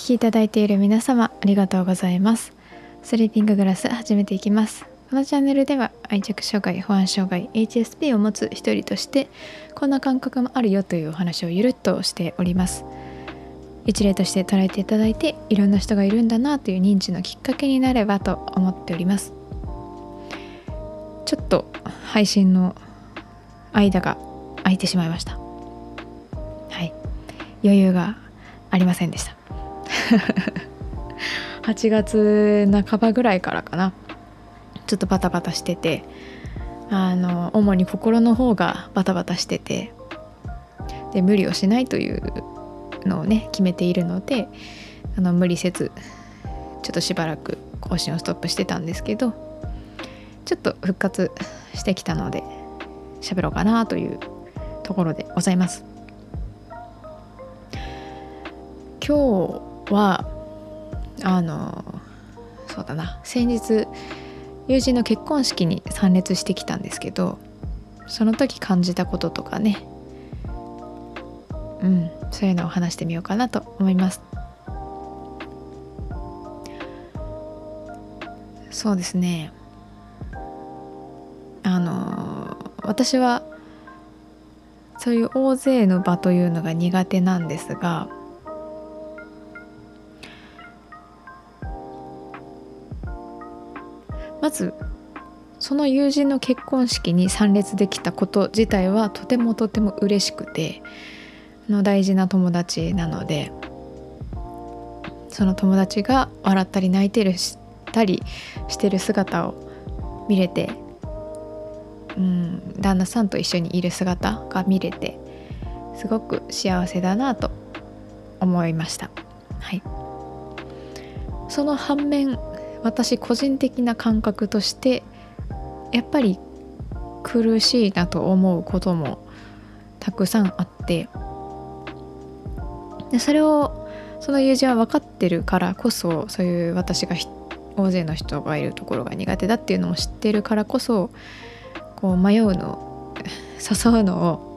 きいただいている皆様ありがとうございます。スリーピンググラス始めていきます。このチャンネルでは愛着障害、不安障害、HSP を持つ一人としてこんな感覚もあるよというお話をゆるっとしております。一例として捉えていただいて、いろんな人がいるんだなという認知のきっかけになればと思っております。ちょっと配信の間が空いてしまいました。はい、余裕がありませんでした8月半ばぐらいからかな、ちょっとバタバタしてて、主に心の方がバタバタしてて、で無理をしないというのをね決めているので、無理せずちょっとしばらく更新をストップしてたんですけど、ちょっと復活してきたので喋ろうかなというところでございます。今日はそうだな、先日友人の結婚式に参列してきたんですけど、その時感じたこととかね、そういうのを話してみようかなと思います。そうですね、私はそういう大勢の場というのが苦手なんですが、まずその友人の結婚式に参列できたこと自体はとても嬉しくて、大事な友達なので、その友達が笑ったり泣いてるしたりしてる姿を見れて、旦那さんと一緒にいる姿が見れて、すごく幸せだなと思いました。はい。その反面、私個人的な感覚としてやっぱり苦しいなと思うこともたくさんあって、でそれをその友人は分かってるからこそ、そういう私が大勢の人がいるところが苦手だっていうのも知ってるからこそ、こう迷うの誘うの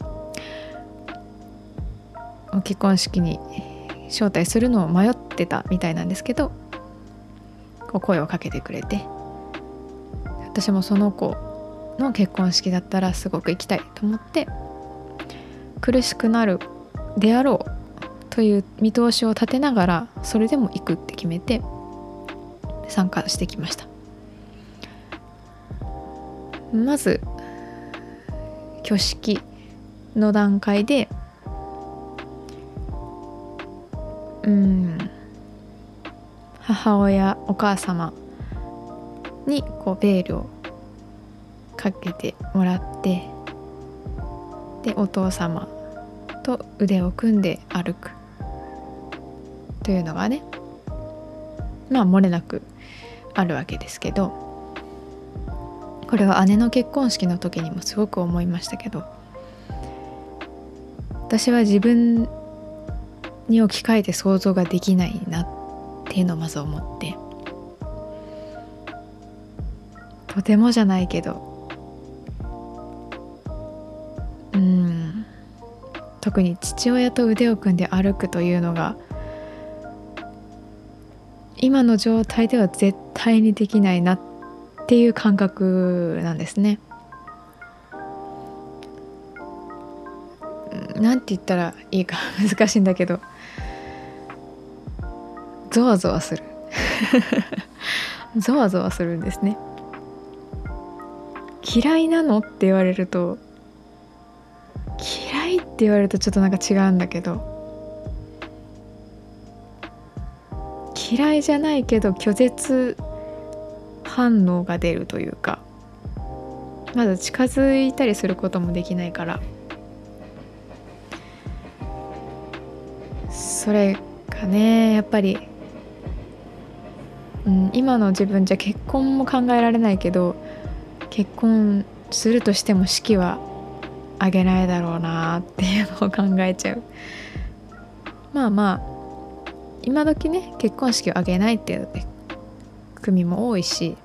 を結婚式に招待するのを迷ってたみたいなんですけど、こう声をかけてくれて、私もその子の結婚式だったらすごく行きたいと思って、苦しくなるであろうという見通しを立てながら、それでも行くって決めて参加してきました。まず挙式の段階で母親お母様にこうベールをかけてもらって、でお父様と腕を組んで歩くというのがね、漏れなくあるわけですけど、これは姉の結婚式の時にもすごく思いましたけど、私は自分に置き換えて想像ができないなっていうのをまず思って、とてもじゃないけど特に父親と腕を組んで歩くというのが今の状態では絶対にできないなっていう感覚なんですね。なんて言ったらいいか難しいんだけど、ゾワゾワするゾワゾワするんですね。嫌いなのって言われると、嫌いって言われるとちょっとなんか違うんだけど、嫌いじゃないけど拒絶反応が出るというか、まず近づいたりすることもできないから、それがねやっぱり、今の自分じゃ結婚も考えられないけど、結婚するとしても式は挙げないだろうなっていうのを考えちゃう。今時ね結婚式を挙げないっていう組も多いし、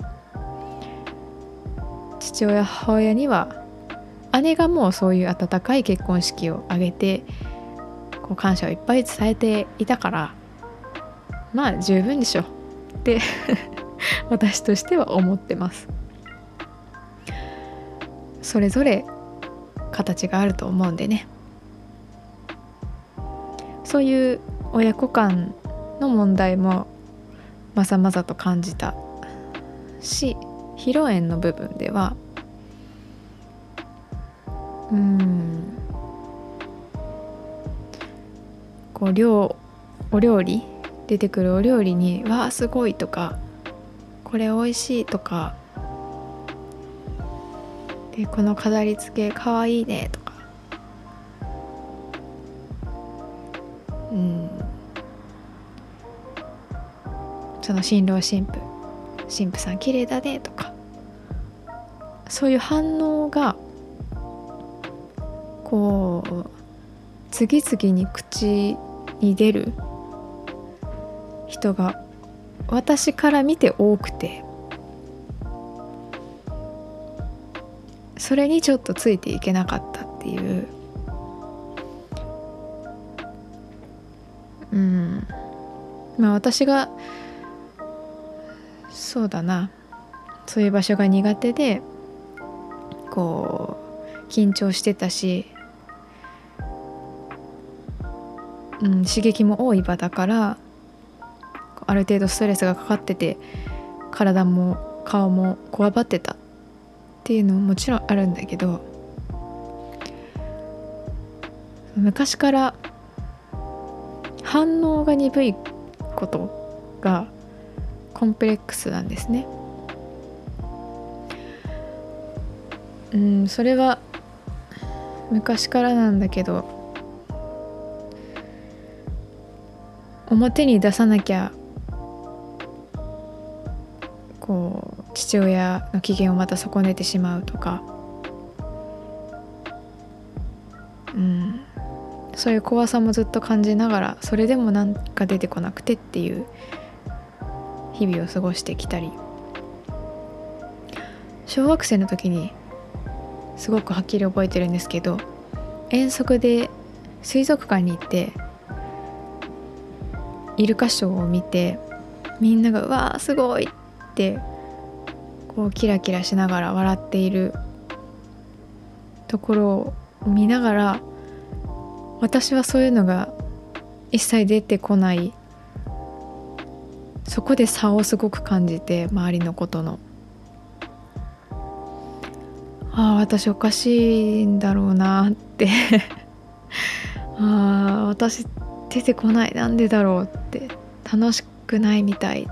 父親母親には姉がもうそういう温かい結婚式を挙げてこう感謝をいっぱい伝えていたから、 まあ十分でしょって私としては思ってます。それぞれ形があると思うんでね、そういう親子間の問題もまざまざと感じたし、披露宴の部分ではこうお料理出てくるお料理にわあすごいとか、これおいしいとかで、この飾り付けかわいいねとか、その新郎新婦さん綺麗だねとか、そういう反応がこう次々に口に出る人が私から見て多くて、それにちょっとついていけなかったっていう、まあ私がそうだな、そういう場所が苦手でこう緊張してたし、刺激も多い場だから、ある程度ストレスがかかってて体も顔もこわばってたっていうのももちろんあるんだけど、昔から反応が鈍いことがコンプレックスなんですね。それは昔からなんだけど、表に出さなきゃこう父親の機嫌をまた損ねてしまうとか、そういう怖さもずっと感じながら、それでもなんか出てこなくてっていう日々を過ごしてきたり、小学生の時にすごくはっきり覚えてるんですけど、遠足で水族館に行ってイルカショーを見て、みんながうわーすごいってこうキラキラしながら笑っているところを見ながら、私はそういうのが一切出てこない、そこで差をすごく感じて、周りのことの私おかしいんだろうなって私出てこない、なんでだろうって、楽しくないみたいって、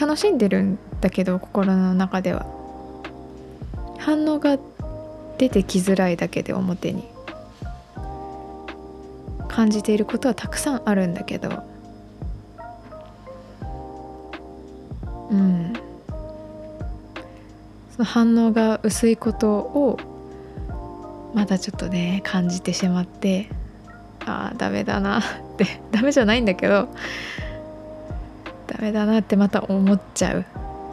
楽しんでるんだけど心の中では反応が出てきづらいだけで、表に感じていることはたくさんあるんだけど、その反応が薄いことをまだちょっとね感じてしまって、ダメだなってダメじゃないんだけど、ダメだなってまた思っちゃう、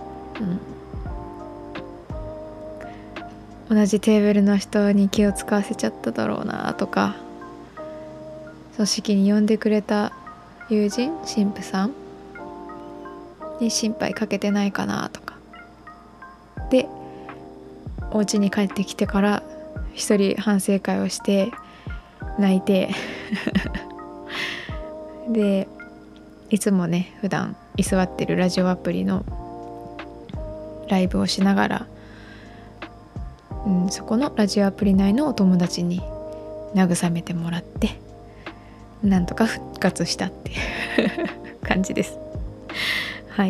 同じテーブルの人に気を使わせちゃっただろうなとか、組織に呼んでくれた友人神父さんに心配かけてないかなとかで、お家に帰ってきてから一人反省会をして泣いてでいつもね普段居座ってるラジオアプリのライブをしながら、そこのラジオアプリ内のお友達に慰めてもらって、なんとか復活したっていう感じです。はい、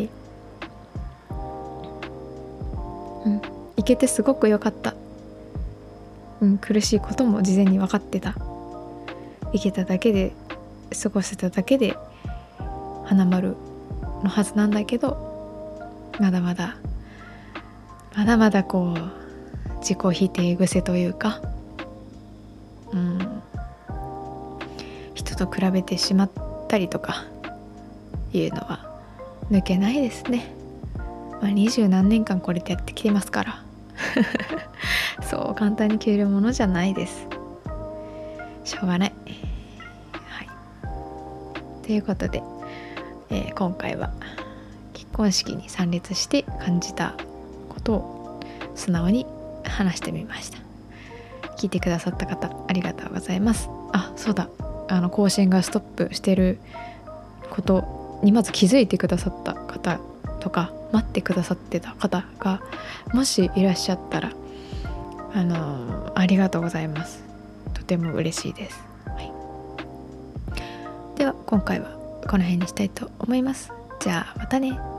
行けてすごく良かった。苦しいことも事前に分かってた。行けただけで、過ごせただけで花丸のはずなんだけど、まだまだこう自己否定癖というか、人と比べてしまったりとかいうのは抜けないですね。20何年間これでやってきてますからそう簡単に消えるものじゃないです。しょうがない。はい。 ということで、今回は結婚式に参列して感じたことを素直に話してみました。聞いてくださった方ありがとうございます。あ、そうだ、更新がストップしてることにまず気づいてくださった方とか待ってくださってた方がもしいらっしゃったらありがとうございます。とても嬉しいです。はい、では今回はこの辺にしたいと思います。じゃあまたね。